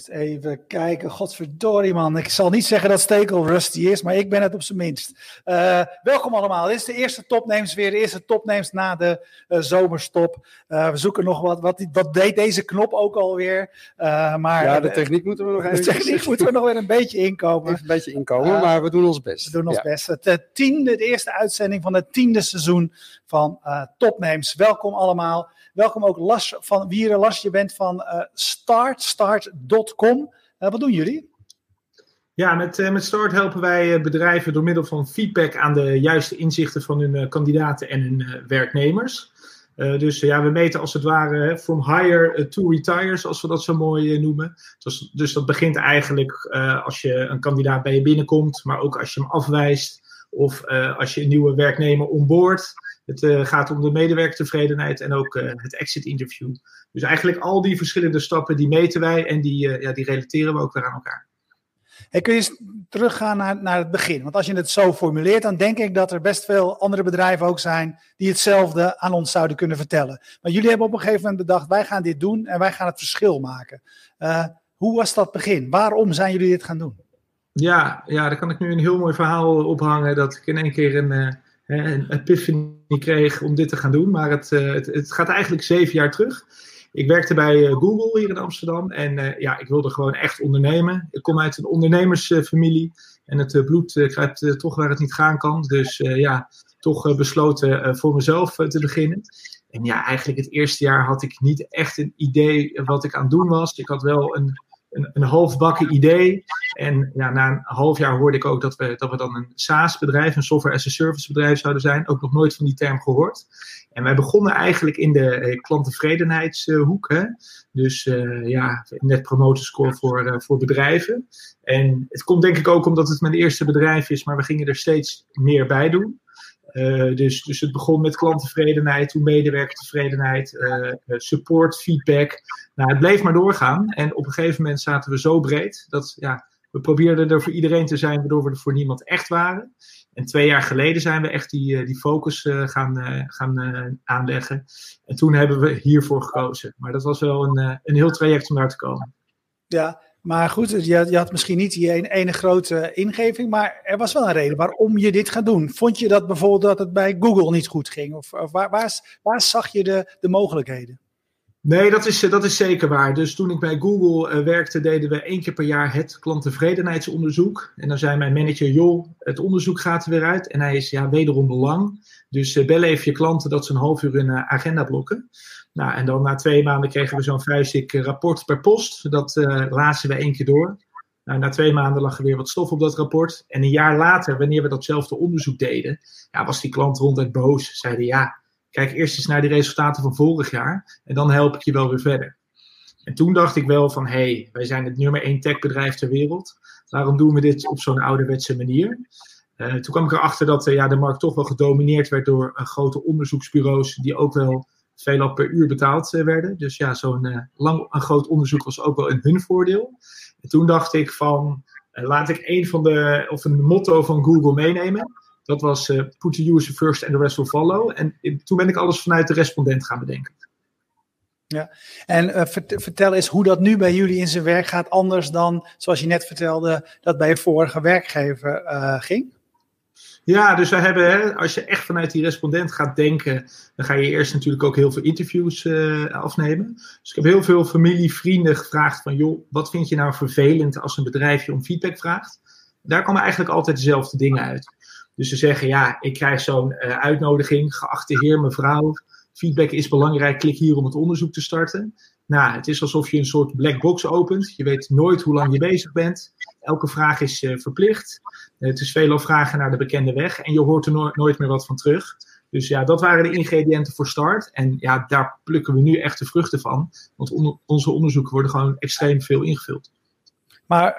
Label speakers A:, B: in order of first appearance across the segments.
A: Even kijken, godverdorie man. Ik zal niet zeggen dat Stekel rusty is, maar ik ben het op zijn minst. Welkom allemaal. Dit is de eerste Topnames weer. De eerste Topnames na de zomerstop. We zoeken nog wat deed deze knop ook alweer. Maar
B: ja, de techniek moeten we nog even.
A: De techniek moeten we nog weer een beetje inkomen.
B: Even een beetje inkomen, maar we doen ons best.
A: We doen ons best. De eerste uitzending van het 10e seizoen van Topnames. Welkom allemaal. Welkom ook Lars van Wieren. Lars, je bent van start.com. Wat doen jullie?
C: Ja, met Start helpen wij bedrijven door middel van feedback aan de juiste inzichten van hun kandidaten en hun werknemers. Dus we meten als het ware from hire to retire, zoals we dat zo mooi noemen. Dus dat begint eigenlijk als je een kandidaat bij je binnenkomt, maar ook als je hem afwijst of als je een nieuwe werknemer onboardt. Het gaat om de medewerkertevredenheid en ook het exit interview. Dus eigenlijk al die verschillende stappen die meten wij en die relateren we ook weer aan elkaar.
A: Hey, kun je eens teruggaan naar het begin? Want als je het zo formuleert, dan denk ik dat er best veel andere bedrijven ook zijn die hetzelfde aan ons zouden kunnen vertellen. Maar jullie hebben op een gegeven moment bedacht, wij gaan dit doen en wij gaan het verschil maken. Hoe was dat begin? Waarom zijn jullie dit gaan doen?
C: Ja, daar kan ik nu een heel mooi verhaal ophangen dat ik in één keer een epiphany kreeg om dit te gaan doen. Maar het gaat eigenlijk 7 jaar terug. Ik werkte bij Google hier in Amsterdam en ik wilde gewoon echt ondernemen. Ik kom uit een ondernemersfamilie en het bloed kruipt toch waar het niet gaan kan. Dus toch besloten voor mezelf te beginnen. En eigenlijk het eerste jaar had ik niet echt een idee wat ik aan het doen was. Ik had wel een halfbakken idee. En na een half jaar hoorde ik ook dat we dan een SaaS-bedrijf, een software as a service bedrijf zouden zijn. Ook nog nooit van die term gehoord. En wij begonnen eigenlijk in de klanttevredenheidshoek. Hè? Dus net promoter score voor bedrijven. En het komt denk ik ook omdat het mijn eerste bedrijf is, maar we gingen er steeds meer bij doen. Dus het begon met klanttevredenheid, toen medewerkertevredenheid, support, feedback. Het bleef maar doorgaan. En op een gegeven moment zaten we zo breed dat we probeerden er voor iedereen te zijn, waardoor we er voor niemand echt waren. En 2 jaar geleden zijn we echt die focus gaan aanleggen. En toen hebben we hiervoor gekozen. Maar dat was wel een heel traject om daar te komen.
A: Ja, maar goed, je had misschien niet die ene grote ingeving, maar er was wel een reden waarom je dit gaat doen. Vond je dat bijvoorbeeld dat het bij Google niet goed ging? Of waar zag je de mogelijkheden?
C: Nee, dat is zeker waar. Dus toen ik bij Google werkte, deden we 1 keer per jaar het klanttevredenheidsonderzoek. En dan zei mijn manager, joh, het onderzoek gaat er weer uit. En hij is wederom lang. Dus bel even je klanten dat ze een half uur hun agenda blokken. En dan na 2 maanden kregen we zo'n vuistdik rapport per post. Dat lazen we 1 keer door. Na 2 maanden lag er weer wat stof op dat rapport. En een jaar later, wanneer we datzelfde onderzoek deden, was die klant ronduit boos. Zeiden kijk eerst eens naar die resultaten van vorig jaar en dan help ik je wel weer verder. En toen dacht ik wel van, wij zijn het nummer 1 techbedrijf ter wereld. Waarom doen we dit op zo'n ouderwetse manier? Toen kwam ik erachter dat de markt toch wel gedomineerd werd door grote onderzoeksbureaus die ook wel veelal per uur betaald werden. Dus zo'n een groot onderzoek was ook wel in hun voordeel. En toen dacht ik van, laat ik een motto van Google meenemen. Dat was put the user first and the rest will follow. En toen ben ik alles vanuit de respondent gaan bedenken.
A: Ja, en vertel eens hoe dat nu bij jullie in zijn werk gaat, anders dan, zoals je net vertelde, dat bij je vorige werkgever ging?
C: Ja, dus we hebben, als je echt vanuit die respondent gaat denken, dan ga je eerst natuurlijk ook heel veel interviews afnemen. Dus ik heb heel veel familie, vrienden gevraagd van, joh, wat vind je nou vervelend als een bedrijf je om feedback vraagt? Daar komen eigenlijk altijd dezelfde dingen uit. Dus ze zeggen, ik krijg zo'n uitnodiging, geachte heer, mevrouw, feedback is belangrijk, klik hier om het onderzoek te starten. Het is alsof je een soort black box opent. Je weet nooit hoe lang je bezig bent. Elke vraag is verplicht. Het is veelal vragen naar de bekende weg en je hoort er nooit meer wat van terug. Dus dat waren de ingrediënten voor Start. En daar plukken we nu echt de vruchten van. Want onze onderzoeken worden gewoon extreem veel ingevuld.
A: Maar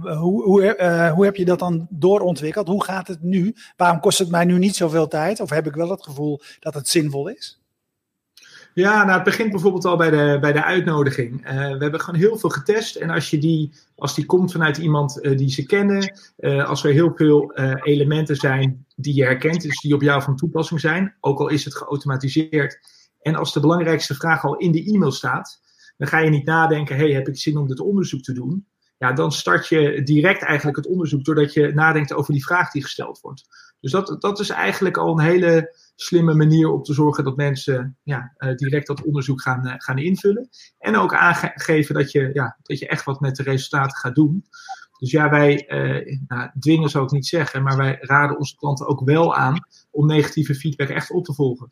A: hoe heb je dat dan doorontwikkeld? Hoe gaat het nu? Waarom kost het mij nu niet zoveel tijd? Of heb ik wel het gevoel dat het zinvol is?
C: Ja, het begint bijvoorbeeld al bij de uitnodiging. We hebben gewoon heel veel getest. En als die komt vanuit iemand die ze kennen, als er heel veel elementen zijn die je herkent, dus die op jou van toepassing zijn, ook al is het geautomatiseerd. En als de belangrijkste vraag al in de e-mail staat, dan ga je niet nadenken, heb ik zin om dit onderzoek te doen? Ja, dan start je direct eigenlijk het onderzoek doordat je nadenkt over die vraag die gesteld wordt. Dus dat is eigenlijk al een hele slimme manier om te zorgen dat mensen direct dat onderzoek gaan invullen. En ook aangeven dat je echt wat met de resultaten gaat doen. Dus wij dwingen zou ik niet zeggen, maar wij raden onze klanten ook wel aan om negatieve feedback echt op te volgen.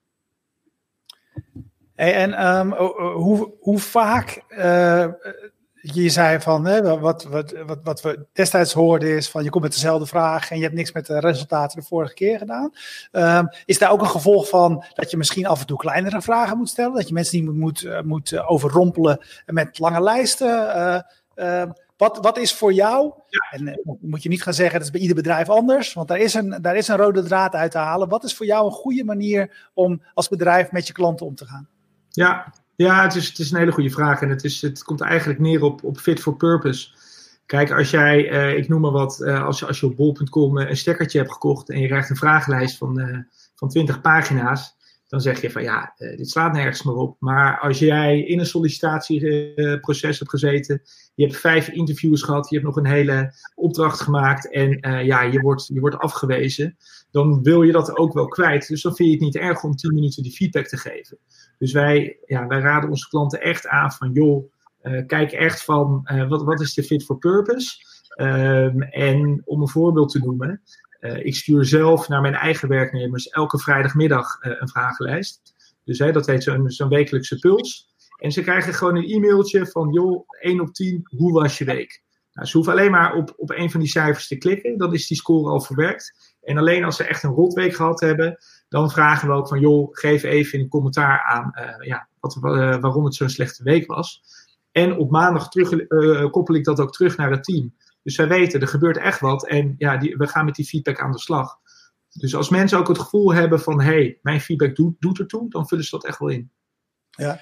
A: Hey, en hoe vaak... Je zei van, wat we destijds hoorden is van, je komt met dezelfde vraag en je hebt niks met de resultaten de vorige keer gedaan. Is daar ook een gevolg van dat je misschien af en toe kleinere vragen moet stellen? Dat je mensen niet moet overrompelen met lange lijsten? Wat is voor jou, en moet je niet gaan zeggen, dat is bij ieder bedrijf anders, want daar is een rode draad uit te halen. Wat is voor jou een goede manier om als bedrijf met je klanten om te gaan?
C: Ja, het is een hele goede vraag en het komt eigenlijk neer op fit for purpose. Kijk, als jij, ik noem maar wat, als je op bol.com een stekkertje hebt gekocht en je krijgt een vragenlijst van 20 pagina's, dan zeg je van dit slaat nergens meer op. Maar als jij in een sollicitatieproces hebt gezeten, je hebt 5 interviews gehad, je hebt nog een hele opdracht gemaakt en je wordt afgewezen, dan wil je dat ook wel kwijt. Dus dan vind je het niet erg om 10 minuten die feedback te geven. Dus wij raden onze klanten echt aan van, kijk echt van, wat is de fit for purpose? En om een voorbeeld te noemen, ik stuur zelf naar mijn eigen werknemers elke vrijdagmiddag een vragenlijst. Dus dat heet zo'n wekelijkse puls. En ze krijgen gewoon een e-mailtje van, 1 op 10, hoe was je week? Nou, ze hoeven alleen maar op een van die cijfers te klikken, dan is die score al verwerkt. En alleen als ze echt een rotweek gehad hebben, dan vragen we ook van, geef even in een commentaar aan waarom het zo'n slechte week was. En op maandag koppel ik dat ook terug naar het team. Dus wij weten, er gebeurt echt wat en we gaan met die feedback aan de slag. Dus als mensen ook het gevoel hebben van, mijn feedback doet ertoe, dan vullen ze dat echt wel in.
B: Ja.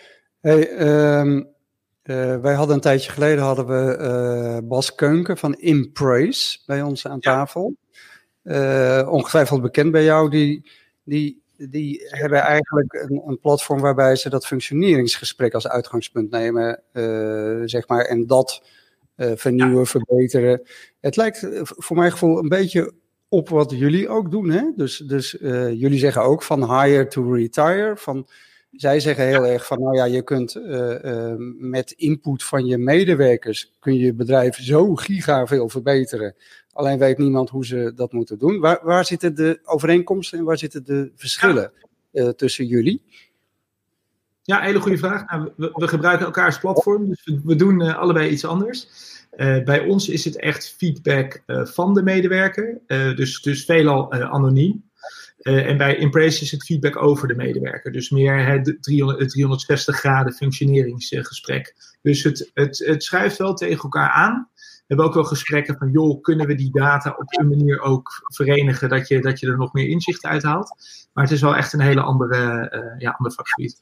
B: Wij hadden een tijdje geleden Bas Keunke van Impraise bij ons aan tafel. Ongetwijfeld bekend bij jou. Die hebben eigenlijk een platform waarbij ze dat functioneringsgesprek als uitgangspunt nemen, zeg maar, en dat vernieuwen, verbeteren. Het lijkt voor mijn gevoel een beetje op wat jullie ook doen, hè? Dus jullie zeggen ook van hire to retire. Zij zeggen heel erg van, je kunt met input van je medewerkers kun je bedrijf zo giga veel verbeteren. Alleen weet niemand hoe ze dat moeten doen. Waar zitten de overeenkomsten en waar zitten de verschillen tussen jullie? Ja,
C: hele goede vraag. Nou, we gebruiken elkaars platform, dus we doen allebei iets anders. Bij ons is het echt feedback van de medewerker, dus veelal anoniem. En bij Impraise is het feedback over de medewerker. Dus meer het 360 graden functioneringsgesprek. Dus het schuift wel tegen elkaar aan. We hebben ook wel gesprekken van, kunnen we die data op een manier ook verenigen dat je er nog meer inzicht uit haalt. Maar het is wel echt een hele ander vakgebied.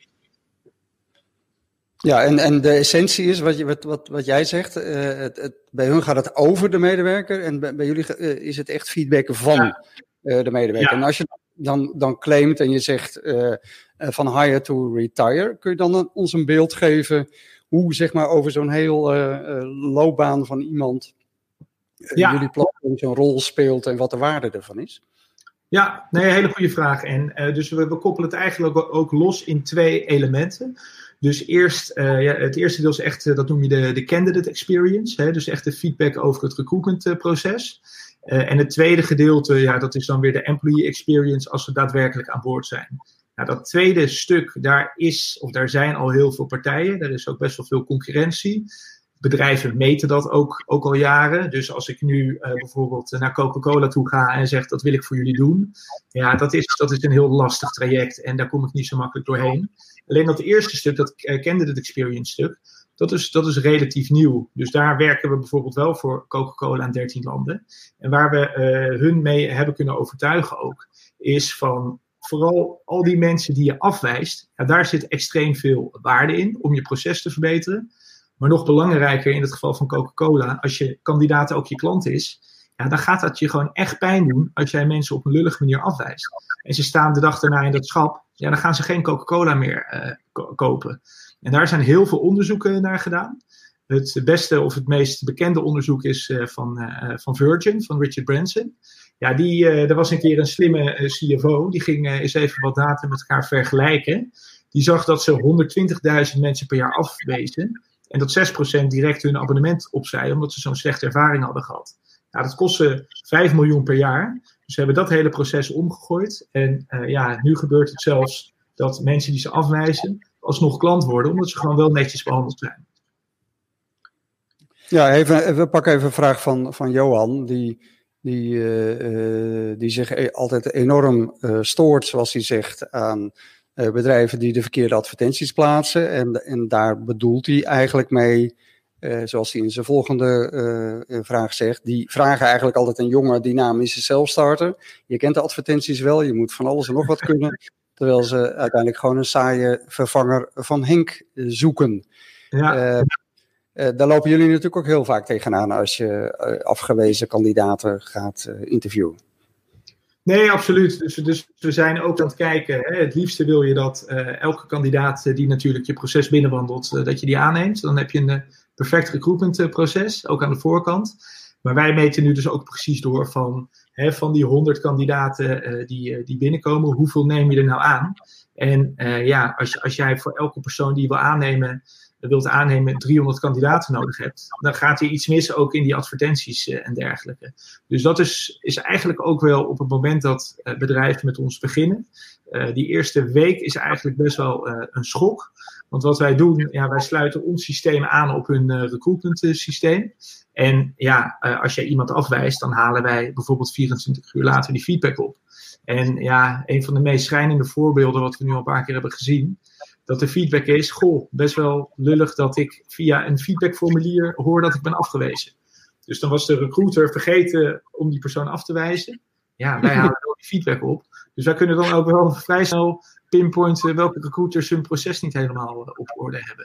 B: Ja, en de essentie is wat jij zegt. Bij hun gaat het over de medewerker en bij jullie is het echt feedback van de medewerker. Ja. En als je dan claimt en je zegt van hire to retire, kun je dan ons een beeld geven hoe zeg maar over zo'n heel loopbaan van iemand jullie platform zo'n rol speelt en wat de waarde ervan is?
C: Ja, hele goede vraag. En dus we koppelen het eigenlijk ook los in 2 elementen. Dus het eerste deel is echt, dat noem je de candidate experience. Dus echt de feedback over het recruitmentproces. En het tweede gedeelte, dat is dan weer de employee experience als we daadwerkelijk aan boord zijn. Nou, dat tweede stuk, daar zijn al heel veel partijen. Er is ook best wel veel concurrentie. Bedrijven meten dat ook al jaren. Dus als ik nu bijvoorbeeld naar Coca-Cola toe ga en zeg dat wil ik voor jullie doen. Ja, dat is een heel lastig traject en daar kom ik niet zo makkelijk doorheen. Alleen dat eerste stuk, dat candidate experience stuk, dat is relatief nieuw. Dus daar werken we bijvoorbeeld wel voor Coca-Cola in 13 landen. En waar we hun mee hebben kunnen overtuigen ook, is van vooral al die mensen die je afwijst, daar zit extreem veel waarde in om je proces te verbeteren. Maar nog belangrijker in het geval van Coca-Cola, als je kandidaat ook je klant is, ja, dan gaat dat je gewoon echt pijn doen als jij mensen op een lullige manier afwijst. En ze staan de dag daarna in dat schap, ja, dan gaan ze geen Coca-Cola meer kopen. En daar zijn heel veel onderzoeken naar gedaan. Het beste of het meest bekende onderzoek is van Virgin, van Richard Branson. Ja, er was een keer een slimme CFO, die ging eens even wat data met elkaar vergelijken. Die zag dat ze 120.000 mensen per jaar afwezen. En dat 6% direct hun abonnement opzei, omdat ze zo'n slechte ervaring hadden gehad. Nou, dat kostte 5 miljoen per jaar. Dus ze hebben dat hele proces omgegooid. En nu gebeurt het zelfs dat mensen die ze afwijzen alsnog klant worden, omdat ze gewoon wel netjes behandeld zijn.
B: Ja, we pakken even een vraag van Johan, die zich altijd enorm stoort, zoals hij zegt, aan bedrijven die de verkeerde advertenties plaatsen. En daar bedoelt hij eigenlijk mee, zoals hij in zijn volgende vraag zegt, die vragen eigenlijk altijd een jonge dynamische zelfstarter. Je kent de advertenties wel, je moet van alles en nog wat kunnen, terwijl ze uiteindelijk gewoon een saaie vervanger van Henk zoeken.
C: Ja.
B: Daar lopen jullie natuurlijk ook heel vaak tegenaan als je afgewezen kandidaten gaat interviewen.
C: Nee, absoluut. Dus we zijn ook aan het kijken. Hè. Het liefste wil je dat elke kandidaat die natuurlijk je proces binnenwandelt, dat je die aanneemt. Dan heb je een perfect recruitment proces, ook aan de voorkant. Maar wij meten nu dus ook precies door van die 100 kandidaten die binnenkomen, hoeveel neem je er nou aan? En als jij voor elke persoon die je wilt aannemen 300 kandidaten nodig hebt, dan gaat er iets mis ook in die advertenties en dergelijke. Dus dat is eigenlijk ook wel op het moment dat bedrijven met ons beginnen. Die eerste week is eigenlijk best wel een schok. Want wat wij doen, wij sluiten ons systeem aan op hun recruitment systeem. En als jij iemand afwijst, dan halen wij bijvoorbeeld 24 uur later die feedback op. En een van de meest schrijnende voorbeelden wat we nu al een paar keer hebben gezien, dat de feedback is, best wel lullig dat ik via een feedbackformulier hoor dat ik ben afgewezen. Dus dan was de recruiter vergeten om die persoon af te wijzen. Ja, wij halen wel die feedback op. Dus wij kunnen dan ook wel vrij snel pinpointen welke recruiters hun proces niet helemaal op orde hebben.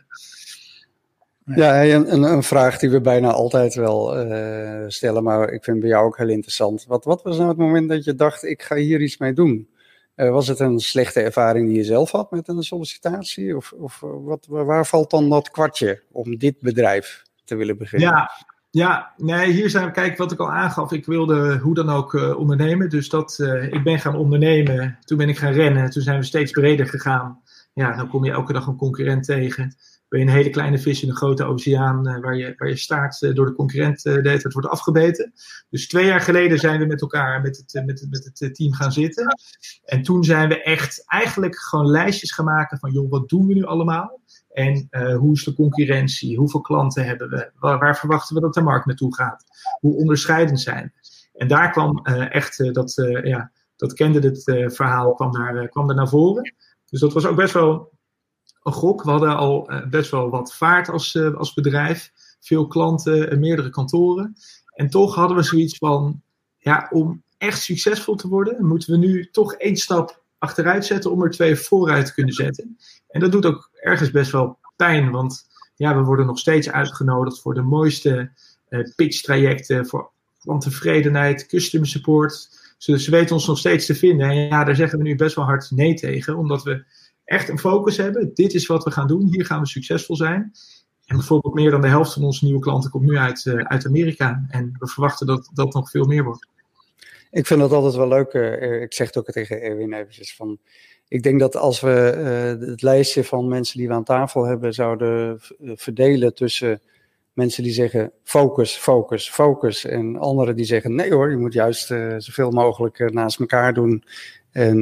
B: Ja, een vraag die we bijna altijd wel stellen, maar ik vind bij jou ook heel interessant. Wat was nou het moment dat je dacht, ik ga hier iets mee doen? Was het een slechte ervaring die je zelf had met een sollicitatie? Of waar valt dan dat kwartje om dit bedrijf te willen beginnen?
C: Hier zijn we, kijk wat ik al aangaf. Ik wilde hoe dan ook ondernemen. Dus ik ben gaan ondernemen. Toen ben ik gaan rennen. Toen zijn we steeds breder gegaan. Ja, dan kom je elke dag een concurrent tegen. Ben je een hele kleine vis in een grote oceaan waar je staart door de concurrent de hele tijd wordt afgebeten. Dus 2 jaar geleden zijn we met elkaar met het team gaan zitten. En toen zijn we echt eigenlijk gewoon lijstjes gaan maken van joh, wat doen we nu allemaal? En hoe is de concurrentie? Hoeveel klanten hebben we? Waar verwachten we dat de markt naartoe gaat? Hoe onderscheidend zijn we? En daar kwam echt dat candidate verhaal kwam daar naar voren. Dus dat was ook best wel een gok. We hadden al best wel wat vaart als bedrijf. Veel klanten, meerdere kantoren. En toch hadden we zoiets van, om echt succesvol te worden, moeten we nu toch 1 stap achteruit zetten om er 2 vooruit te kunnen zetten. En dat doet ook ergens best wel pijn, want we worden nog steeds uitgenodigd voor de mooiste pitch-trajecten, voor klanttevredenheid, customer support. Ze weten ons nog steeds te vinden. En daar zeggen we nu best wel hard nee tegen, omdat we echt een focus hebben. Dit is wat we gaan doen. Hier gaan we succesvol zijn. En bijvoorbeeld meer dan de helft van onze nieuwe klanten komt nu uit Amerika. En we verwachten dat dat nog veel meer wordt.
B: Ik vind dat altijd wel leuk. Ik zeg het ook tegen Erwin eventjes van. Ik denk dat als we het lijstje van mensen die we aan tafel hebben zouden verdelen tussen mensen die zeggen focus, focus, focus. En anderen die zeggen nee hoor, je moet juist zoveel mogelijk naast elkaar doen. En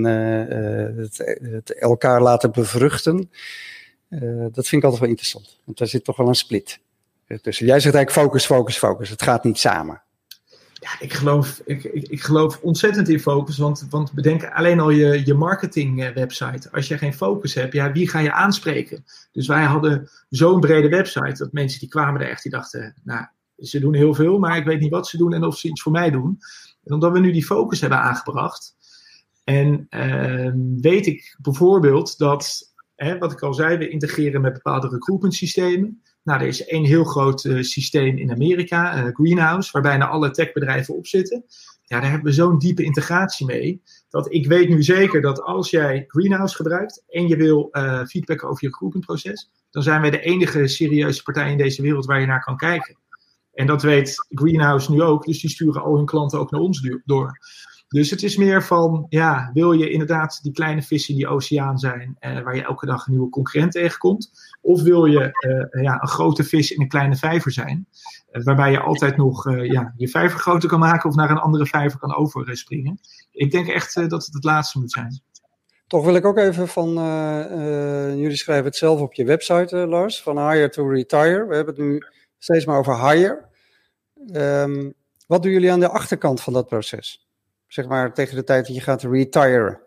B: het elkaar laten bevruchten. Dat vind ik altijd wel interessant. Want daar zit toch wel een split tussen. Jij zegt eigenlijk focus, focus, focus. Het gaat niet samen.
C: Ja, ik geloof ontzettend in focus. Want bedenk alleen al je marketing website. Als je geen focus hebt, wie ga je aanspreken? Dus wij hadden zo'n brede website. Dat mensen die kwamen er echt, die dachten, ze doen heel veel. Maar ik weet niet wat ze doen en of ze iets voor mij doen. En omdat we nu die focus hebben aangebracht. En weet ik bijvoorbeeld dat, wat ik al zei, we integreren met bepaalde recruitment systemen. Nou, er is één heel groot systeem in Amerika, Greenhouse, waar bijna alle techbedrijven op zitten. Ja, daar hebben we zo'n diepe integratie mee, dat ik weet nu zeker dat als jij Greenhouse gebruikt en je wil feedback over je recruitmentproces, dan zijn wij de enige serieuze partij in deze wereld waar je naar kan kijken. En dat weet Greenhouse nu ook, dus die sturen al hun klanten ook naar ons door. Dus het is meer van, ja, wil je inderdaad die kleine vissen in die oceaan zijn, waar je elke dag een nieuwe concurrent tegenkomt? Of wil je een grote vis in een kleine vijver zijn, waarbij je altijd nog je vijver groter kan maken of naar een andere vijver kan overspringen? Ik denk echt dat het laatste moet zijn.
B: Toch wil ik ook even van, jullie schrijven het zelf op je website, Lars, van hire to retire. We hebben het nu steeds maar over hire. Wat doen jullie aan de achterkant van dat proces? Zeg maar tegen de tijd dat je gaat retiren.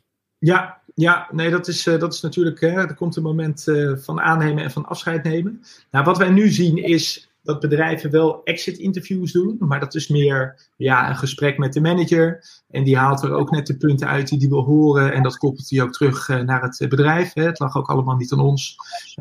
C: Ja, nee, dat is natuurlijk, er komt een moment van aannemen en van afscheid nemen. Nou, wat wij nu zien is dat bedrijven wel exit interviews doen, maar dat is meer een gesprek met de manager. En die haalt er ook net de punten uit die wil horen en dat koppelt hij ook terug naar het bedrijf. Het lag ook allemaal niet aan ons.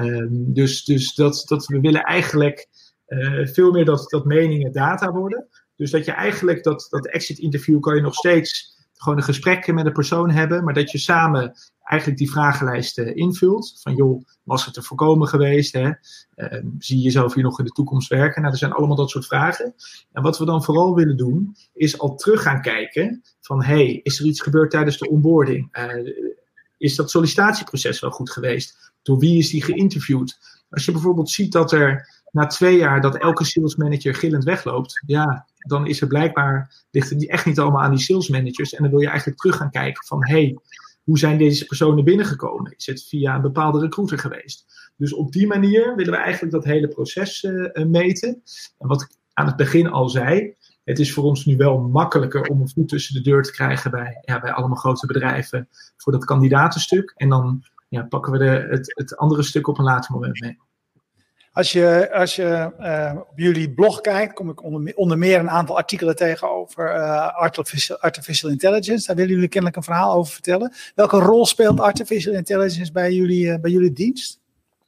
C: Dus dat we willen eigenlijk veel meer dat meningen data worden. Dus dat je eigenlijk dat exit interview kan je nog steeds gewoon een gesprek met een persoon hebben, maar dat je samen eigenlijk die vragenlijsten invult. Van joh, was het te voorkomen geweest? Hè? Zie je jezelf hier nog in de toekomst werken? Nou, er zijn allemaal dat soort vragen. En wat we dan vooral willen doen, is al terug gaan kijken van is er iets gebeurd tijdens de onboarding? Is dat sollicitatieproces wel goed geweest? Door wie is die geïnterviewd? Als je bijvoorbeeld ziet dat er na 2 jaar dat elke salesmanager gillend wegloopt, dan is er blijkbaar, ligt het echt niet allemaal aan die salesmanagers. En dan wil je eigenlijk terug gaan kijken van, hoe zijn deze personen binnengekomen? Is het via een bepaalde recruiter geweest? Dus op die manier willen we eigenlijk dat hele proces meten. En wat ik aan het begin al zei, het is voor ons nu wel makkelijker om een voet tussen de deur te krijgen bij allemaal grote bedrijven voor dat kandidatenstuk. En dan pakken we het andere stuk op een later moment mee.
A: Als je op jullie blog kijkt, kom ik onder meer een aantal artikelen tegen over artificial intelligence. Daar willen jullie kennelijk een verhaal over vertellen. Welke rol speelt artificial intelligence bij jullie dienst?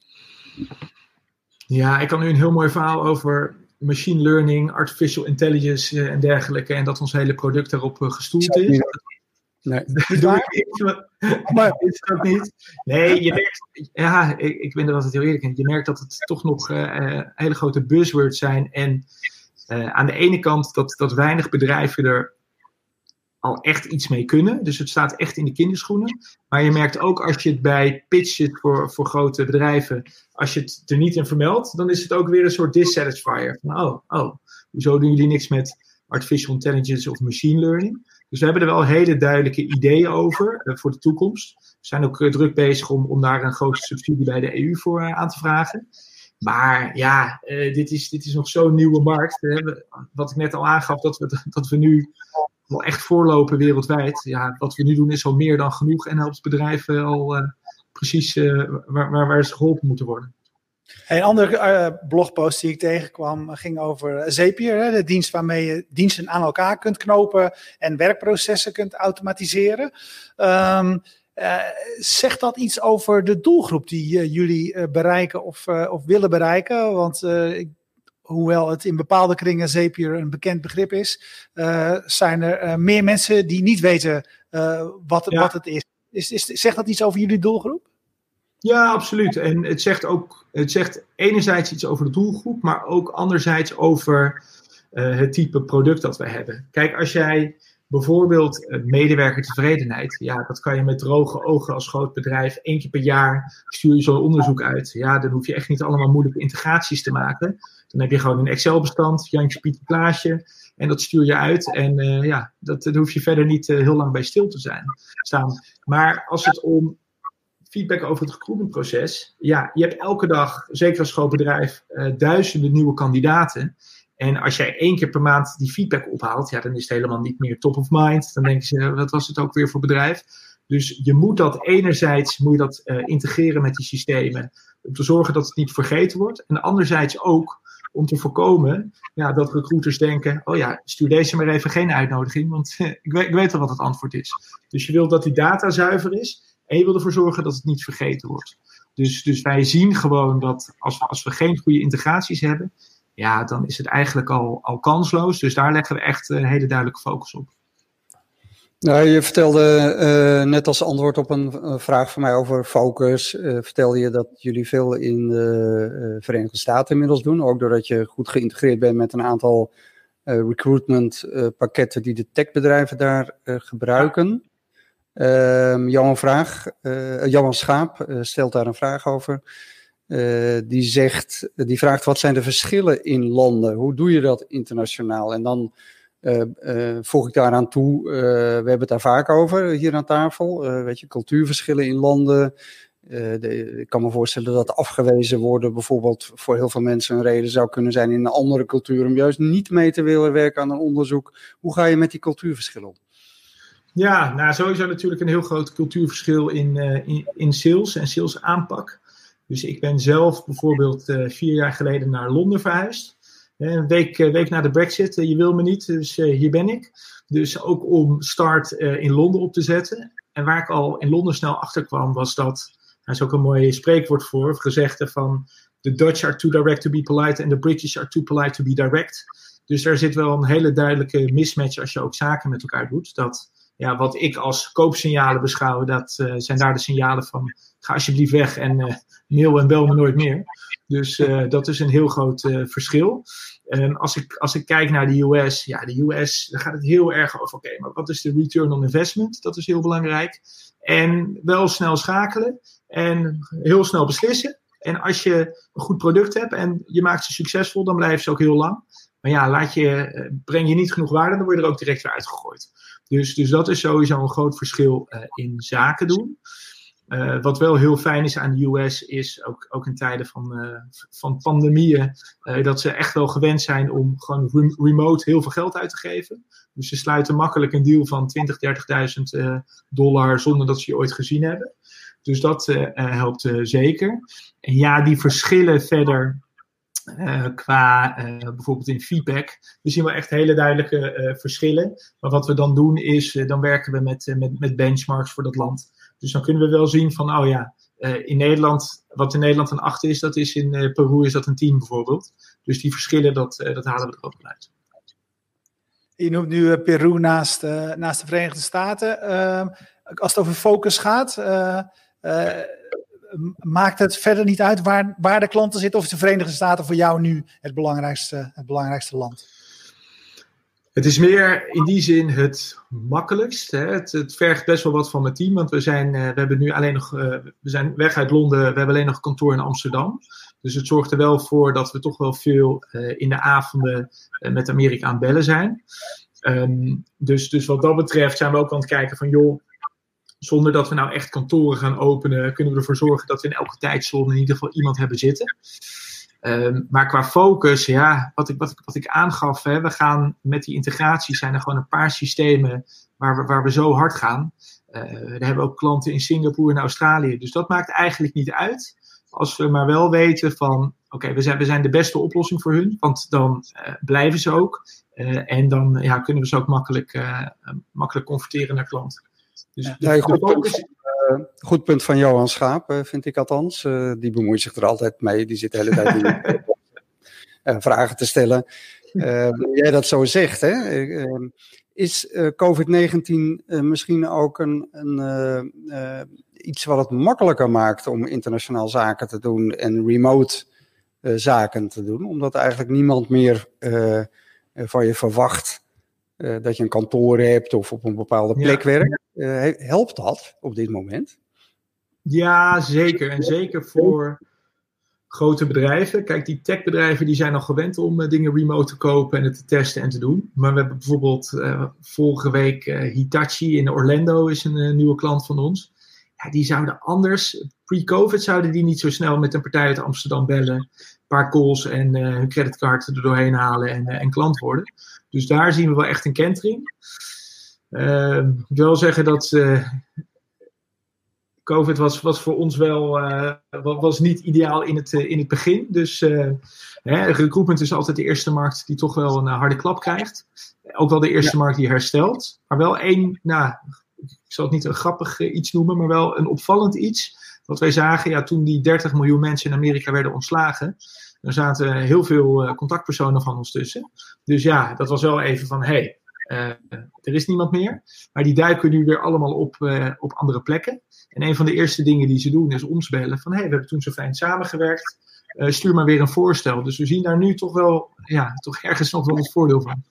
A: Ja, ik kan nu een heel mooi verhaal over machine learning, artificial intelligence en dergelijke. En dat ons hele product daarop gestoeld is. Nee, maar is het ook niet. Nee, je merkt, ik ben er altijd heel eerlijk in. Je merkt dat het toch nog hele grote buzzwords zijn. En aan de ene kant dat weinig bedrijven er al echt iets mee kunnen. Dus het staat echt in de kinderschoenen. Maar je merkt ook als je het bij pitches voor grote bedrijven, als je het er niet in vermeldt, dan is het ook weer een soort dissatisfier. Van, hoezo doen jullie niks met artificial intelligence of machine learning? Dus we hebben er wel hele duidelijke ideeën over voor de toekomst. We zijn ook druk bezig om daar een grote subsidie bij de EU voor aan te vragen. Maar dit is nog zo'n nieuwe markt. Wat ik net al aangaf, dat we nu wel echt voorlopen wereldwijd. Ja, wat we nu doen is al meer dan genoeg en helpt bedrijven al precies waar ze geholpen moeten worden. Een andere blogpost die ik tegenkwam ging over Zapier, de dienst waarmee je diensten aan elkaar kunt knopen en werkprocessen kunt automatiseren. Zegt dat iets over de doelgroep die jullie bereiken of willen bereiken? Want hoewel het in bepaalde kringen Zapier een bekend begrip is, zijn er meer mensen die niet weten wat het is. Zegt dat iets over jullie doelgroep?
C: Ja, absoluut. En het zegt enerzijds iets over de doelgroep, maar ook anderzijds over het type product dat we hebben. Kijk, als jij bijvoorbeeld medewerkertevredenheid, dat kan je met droge ogen als groot bedrijf 1 keer per jaar stuur je zo'n onderzoek uit. Ja, dan hoef je echt niet allemaal moeilijke integraties te maken. Dan heb je gewoon een Excel-bestand, Jantje, Pietje, Klaasje, en dat stuur je uit. En daar hoef je verder niet heel lang bij stil te staan. Maar als het om feedback over het recruitmentproces. Je hebt elke dag, zeker als groot bedrijf, duizenden nieuwe kandidaten. En als jij 1 keer per maand die feedback ophaalt, dan is het helemaal niet meer top of mind. Dan denk je, wat was het ook weer voor bedrijf? Dus je moet dat enerzijds integreren met die systemen, om te zorgen dat het niet vergeten wordt. En anderzijds ook om te voorkomen dat recruiters denken, stuur deze maar even geen uitnodiging, want ik weet al wat het antwoord is. Dus je wilt dat die data zuiver is. En je wil ervoor zorgen dat het niet vergeten wordt. Dus wij zien gewoon dat als we geen goede integraties hebben, ja, dan is het eigenlijk al kansloos. Dus daar leggen we echt hele duidelijke focus op.
B: Nou, je vertelde net als antwoord op een vraag van mij over focus, vertelde je dat jullie veel in de Verenigde Staten inmiddels doen. Ook doordat je goed geïntegreerd bent met een aantal recruitment pakketten die de techbedrijven daar gebruiken. Johan Schaap stelt daar een vraag over. Die vraagt, wat zijn de verschillen in landen? Hoe doe je dat internationaal? En dan voeg ik daaraan toe, we hebben het daar vaak over hier aan tafel. Cultuurverschillen in landen. Ik kan me voorstellen dat afgewezen worden bijvoorbeeld voor heel veel mensen een reden zou kunnen zijn in een andere cultuur om juist niet mee te willen werken aan een onderzoek. Hoe ga je met die cultuurverschillen om?
C: Ja, nou sowieso natuurlijk een heel groot cultuurverschil in sales en sales aanpak. Dus ik ben zelf bijvoorbeeld 4 jaar geleden naar Londen verhuisd. Een week na de Brexit, je wil me niet, dus hier ben ik. Dus ook om Start in Londen op te zetten. En waar ik al in Londen snel achter kwam, was dat, daar is ook een mooi spreekwoord voor, of gezegde van, the Dutch are too direct to be polite and the British are too polite to be direct. Dus daar zit wel een hele duidelijke mismatch als je ook zaken met elkaar doet. Dat, ja, wat ik als koopsignalen beschouw, dat zijn daar de signalen van, ga alsjeblieft weg en mail en bel me nooit meer. Dus dat is een heel groot verschil. Als ik kijk naar de US, ja, de US, daar gaat het heel erg over, oké, maar wat is de return on investment? Dat is heel belangrijk. En wel snel schakelen en heel snel beslissen. En als je een goed product hebt en je maakt ze succesvol, dan blijven ze ook heel lang. Maar ja, breng je niet genoeg waarde, dan word je er ook direct weer uitgegooid. Dus dat is sowieso een groot verschil in zaken doen. Wat wel heel fijn is aan de US is, ook in tijden van pandemieën, dat ze echt wel gewend zijn om gewoon remote heel veel geld uit te geven. Dus ze sluiten makkelijk een deal van $20.000, $30.000 zonder dat ze je ooit gezien hebben. Dus dat helpt zeker. En ja, die verschillen verder qua bijvoorbeeld in feedback. We zien wel echt hele duidelijke verschillen. Maar wat we dan doen is, dan werken we met benchmarks voor dat land. Dus dan kunnen we wel zien van, oh ja, in Nederland, wat in Nederland een 8 is, dat is in Peru is dat een 10 bijvoorbeeld. Dus die verschillen, dat halen we er ook uit.
A: Je noemt nu Peru naast de Verenigde Staten. Als het over focus gaat, maakt het verder niet uit waar de klanten zitten, of is de Verenigde Staten voor jou nu het belangrijkste land?
C: Het is meer in die zin het makkelijkst. Hè. Het vergt best wel wat van mijn team, want we zijn weg uit Londen, we hebben alleen nog kantoor in Amsterdam. Dus het zorgt er wel voor dat we toch wel veel in de avonden met Amerika aan het bellen zijn. Dus wat dat betreft zijn we ook aan het kijken van, joh, zonder dat we nou echt kantoren gaan openen, kunnen we ervoor zorgen dat we in elke tijdzone in ieder geval iemand hebben zitten. Maar qua focus, ja, wat ik aangaf, hè, we gaan met die integratie, zijn er gewoon een paar systemen waar we zo hard gaan. We hebben ook klanten in Singapore en Australië, dus dat maakt eigenlijk niet uit. Als we maar wel weten van, oké, we zijn de beste oplossing voor hun, want dan blijven ze ook. En dan kunnen we ze ook makkelijk converteren naar klanten. Dus
B: goed punt van Johan Schaap, vind ik althans. Die bemoeit zich er altijd mee. Die zit de hele tijd vragen te stellen. Jij dat zo zegt, hè? Is COVID-19 misschien ook iets wat het makkelijker maakt om internationaal zaken te doen en remote zaken te doen? Omdat eigenlijk niemand meer van je verwacht dat je een kantoor hebt of op een bepaalde plek werkt. Helpt dat op dit moment? Ja,
C: zeker. En zeker voor grote bedrijven. Kijk, die techbedrijven die zijn al gewend om dingen remote te kopen en het te testen en te doen. Maar we hebben bijvoorbeeld vorige week Hitachi in Orlando is een nieuwe klant van ons. Ja, die zouden anders, pre-COVID zouden die niet zo snel met een partij uit Amsterdam bellen, een paar calls en hun creditcard er doorheen halen en klant worden. Dus daar zien we wel echt een kentering. Ik wil wel zeggen dat COVID was voor ons wel was niet ideaal in het begin. Dus recruitment is altijd de eerste markt die toch wel een harde klap krijgt. Ook wel de eerste markt die herstelt. Maar wel ik zal het niet een grappig iets noemen, maar wel een opvallend iets. wat wij zagen, ja, toen die 30 miljoen mensen in Amerika werden ontslagen, er zaten heel veel contactpersonen van ons tussen. Dus ja, dat was wel even van, er is niemand meer. Maar die duiken nu weer allemaal op andere plekken. En een van de eerste dingen die ze doen is ons bellen van, we hebben toen zo fijn samengewerkt. Stuur maar weer een voorstel. Dus we zien daar nu toch wel, toch ergens nog wel het voordeel van.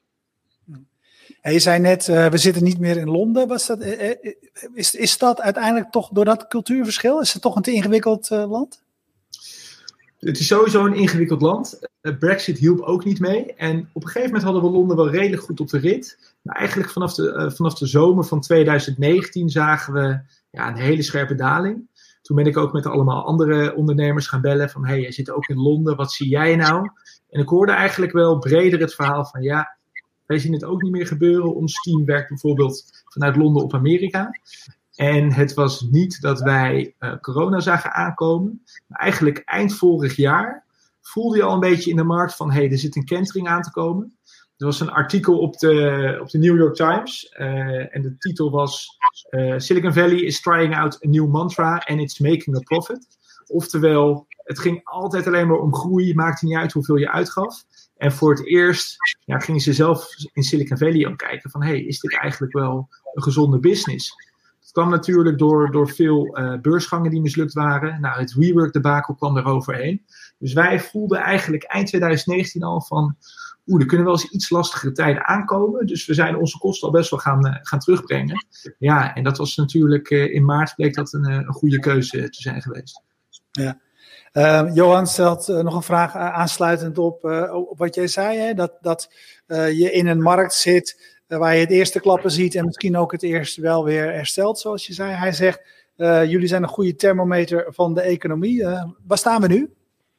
A: Je zei net, we zitten niet meer in Londen. Is dat uiteindelijk toch door dat cultuurverschil? Is het toch een te ingewikkeld land?
C: Het is sowieso een ingewikkeld land. Brexit hielp ook niet mee. En op een gegeven moment hadden we Londen wel redelijk goed op de rit. Maar eigenlijk vanaf de zomer van 2019 zagen we een hele scherpe daling. Toen ben ik ook met allemaal andere ondernemers gaan bellen van, jij zit ook in Londen, wat zie jij nou? En ik hoorde eigenlijk wel breder het verhaal van, wij zien het ook niet meer gebeuren. Ons team werkt bijvoorbeeld vanuit Londen op Amerika. En het was niet dat wij corona zagen aankomen. Maar eigenlijk eind vorig jaar voelde je al een beetje in de markt van, er zit een kentering aan te komen. Er was een artikel op de New York Times. En de titel was Silicon Valley is trying out a new mantra and it's making a profit. Oftewel, het ging altijd alleen maar om groei. Maakte niet uit hoeveel je uitgaf. En voor het eerst gingen ze zelf in Silicon Valley ook kijken van, is dit eigenlijk wel een gezonde business? Het kwam natuurlijk door veel beursgangen die mislukt waren. Nou, het WeWork-debakel kwam er overheen. Dus wij voelden eigenlijk eind 2019 al van, er kunnen wel eens iets lastigere tijden aankomen. Dus we zijn onze kosten al best wel gaan terugbrengen. Ja, en dat was natuurlijk in maart bleek dat een goede keuze te zijn geweest.
A: Ja. Johan stelt nog een vraag aansluitend op wat jij zei. Hè? Dat je in een markt zit waar je het eerste klappen ziet en misschien ook het eerst wel weer herstelt, zoals je zei. Hij zegt, jullie zijn een goede thermometer van de economie. Waar staan we nu?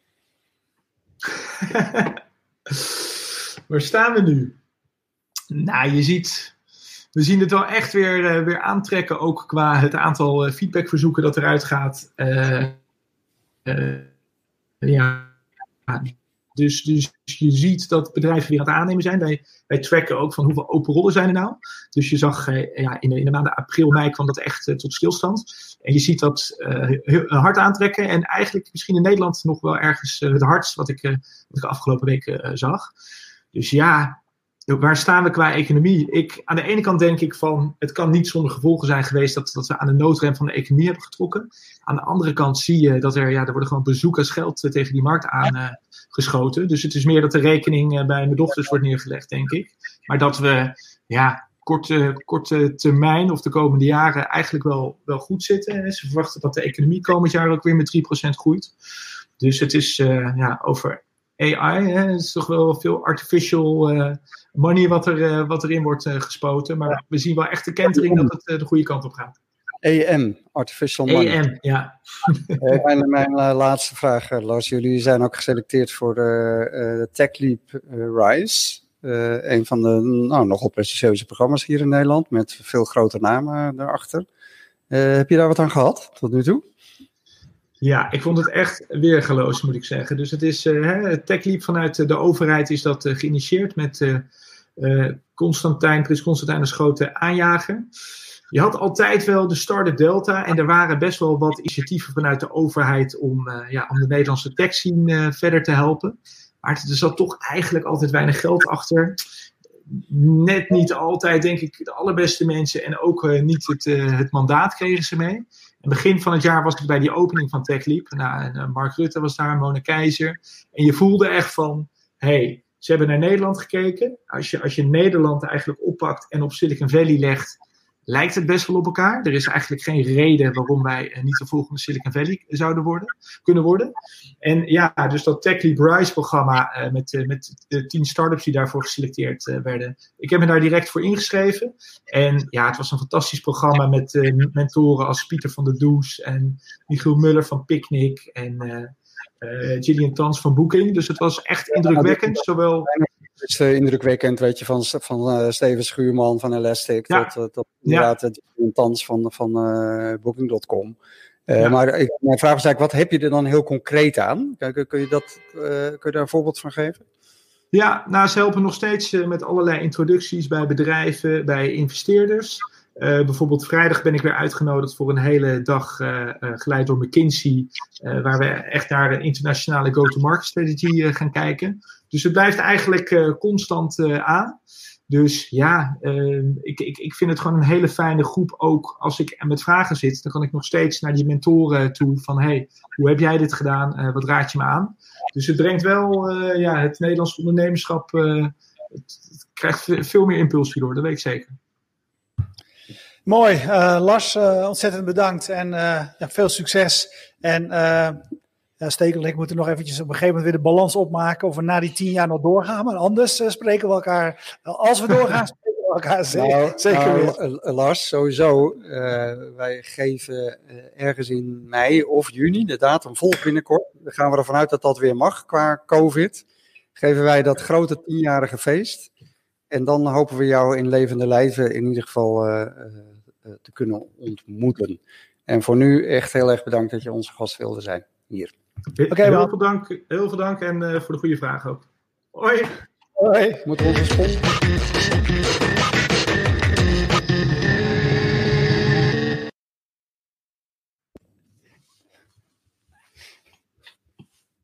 C: Waar staan we nu? Nou, we zien het wel echt weer aantrekken, ook qua het aantal feedbackverzoeken dat eruit gaat. Dus je ziet dat bedrijven weer aan het aannemen zijn. Wij tracken ook van hoeveel open rollen zijn er nou. Dus je zag in de maanden april, mei kwam dat echt tot stilstand. En je ziet dat heel hard aantrekken. En eigenlijk misschien in Nederland nog wel ergens het hardst wat ik de afgelopen weken zag. Dus waar staan we qua economie? Aan de ene kant denk ik van, het kan niet zonder gevolgen zijn geweest dat we aan de noodrem van de economie hebben getrokken. Aan de andere kant zie je dat er worden gewoon bezoekers geld tegen die markt aangeschoten. Dus het is meer dat de rekening bij mijn dochters wordt neergelegd, denk ik. Maar dat we korte termijn of de komende jaren eigenlijk wel goed zitten. Ze verwachten dat de economie komend jaar ook weer met 3% groeit. Dus het is over AI, het is toch wel veel artificial money wat erin wordt gespoten. Maar we zien wel echt de kentering dat het de goede kant op gaat.
B: AM, artificial money.
C: AM, ja.
B: Mijn laatste vraag, Lars. Jullie zijn ook geselecteerd voor de TechLeap Rise. Een van de nogal prestigieuze programma's hier in Nederland. Met veel grote namen daarachter. Heb je daar wat aan gehad tot nu toe?
C: Ja, ik vond het echt weergeloos, moet ik zeggen. Dus het is TechLeap vanuit de overheid is dat geïnitieerd met Prins Constantijn als grote aanjager. Je had altijd wel de Startup Delta en er waren best wel wat initiatieven vanuit de overheid om de Nederlandse tech scene verder te helpen. Maar er zat toch eigenlijk altijd weinig geld achter. Net niet altijd, denk ik, de allerbeste mensen en ook niet het mandaat kregen ze mee. En begin van het jaar was ik bij die opening van TechLeap. Mark Rutte was daar, Mona Keizer. En je voelde echt van, ze hebben naar Nederland gekeken. Als je Nederland eigenlijk oppakt en op Silicon Valley legt, lijkt het best wel op elkaar. Er is eigenlijk geen reden waarom wij niet de volgende Silicon Valley zouden kunnen worden. En dus dat TechLeap Rise programma met de 10 startups die daarvoor geselecteerd werden. Ik heb me daar direct voor ingeschreven. En het was een fantastisch programma met mentoren als Pieter van der Does en Michiel Muller van Picnic en Gillian Tans van Booking. Dus het was echt indrukwekkend. Zowel...
B: Het is indrukwekkend, weet je, van Steven Schuurman van Elastic, tot inderdaad Gillian Tans van Booking.com. Maar mijn vraag is eigenlijk, wat heb je er dan heel concreet aan? Kun je daar een voorbeeld van geven? Ja,
C: ze helpen nog steeds met allerlei introducties bij bedrijven, bij investeerders. Bijvoorbeeld vrijdag ben ik weer uitgenodigd voor een hele dag geleid door McKinsey. Waar we echt naar een internationale go-to-market strategy gaan kijken. Dus het blijft eigenlijk constant aan. Dus ja, ik vind het gewoon een hele fijne groep. Ook als ik met vragen zit, dan kan ik nog steeds naar die mentoren toe. Van hey, hoe heb jij dit gedaan? Wat raad je me aan? Dus het brengt wel het Nederlands ondernemerschap. Het krijgt veel meer impuls hierdoor, dat weet ik zeker.
A: Mooi. Lars, ontzettend bedankt. En veel succes. En Stekel en ik moeten nog eventjes op een gegeven moment weer de balans opmaken. Of we na die 10 jaar nog doorgaan. Maar anders spreken we elkaar. Als we doorgaan, spreken we elkaar zeker weer.
B: Lars, sowieso. Wij geven ergens in mei of juni, de datum volgt binnenkort. Dan gaan we ervan uit dat dat weer mag qua COVID. Geven wij dat grote 10-jarige feest. En dan hopen we jou in levende lijven in ieder geval te kunnen ontmoeten. En voor nu echt heel erg bedankt dat je onze gast wilde zijn hier.
C: Heel veel dank en voor de goede vraag ook. Hoi.
B: Moeten we onze sponsor...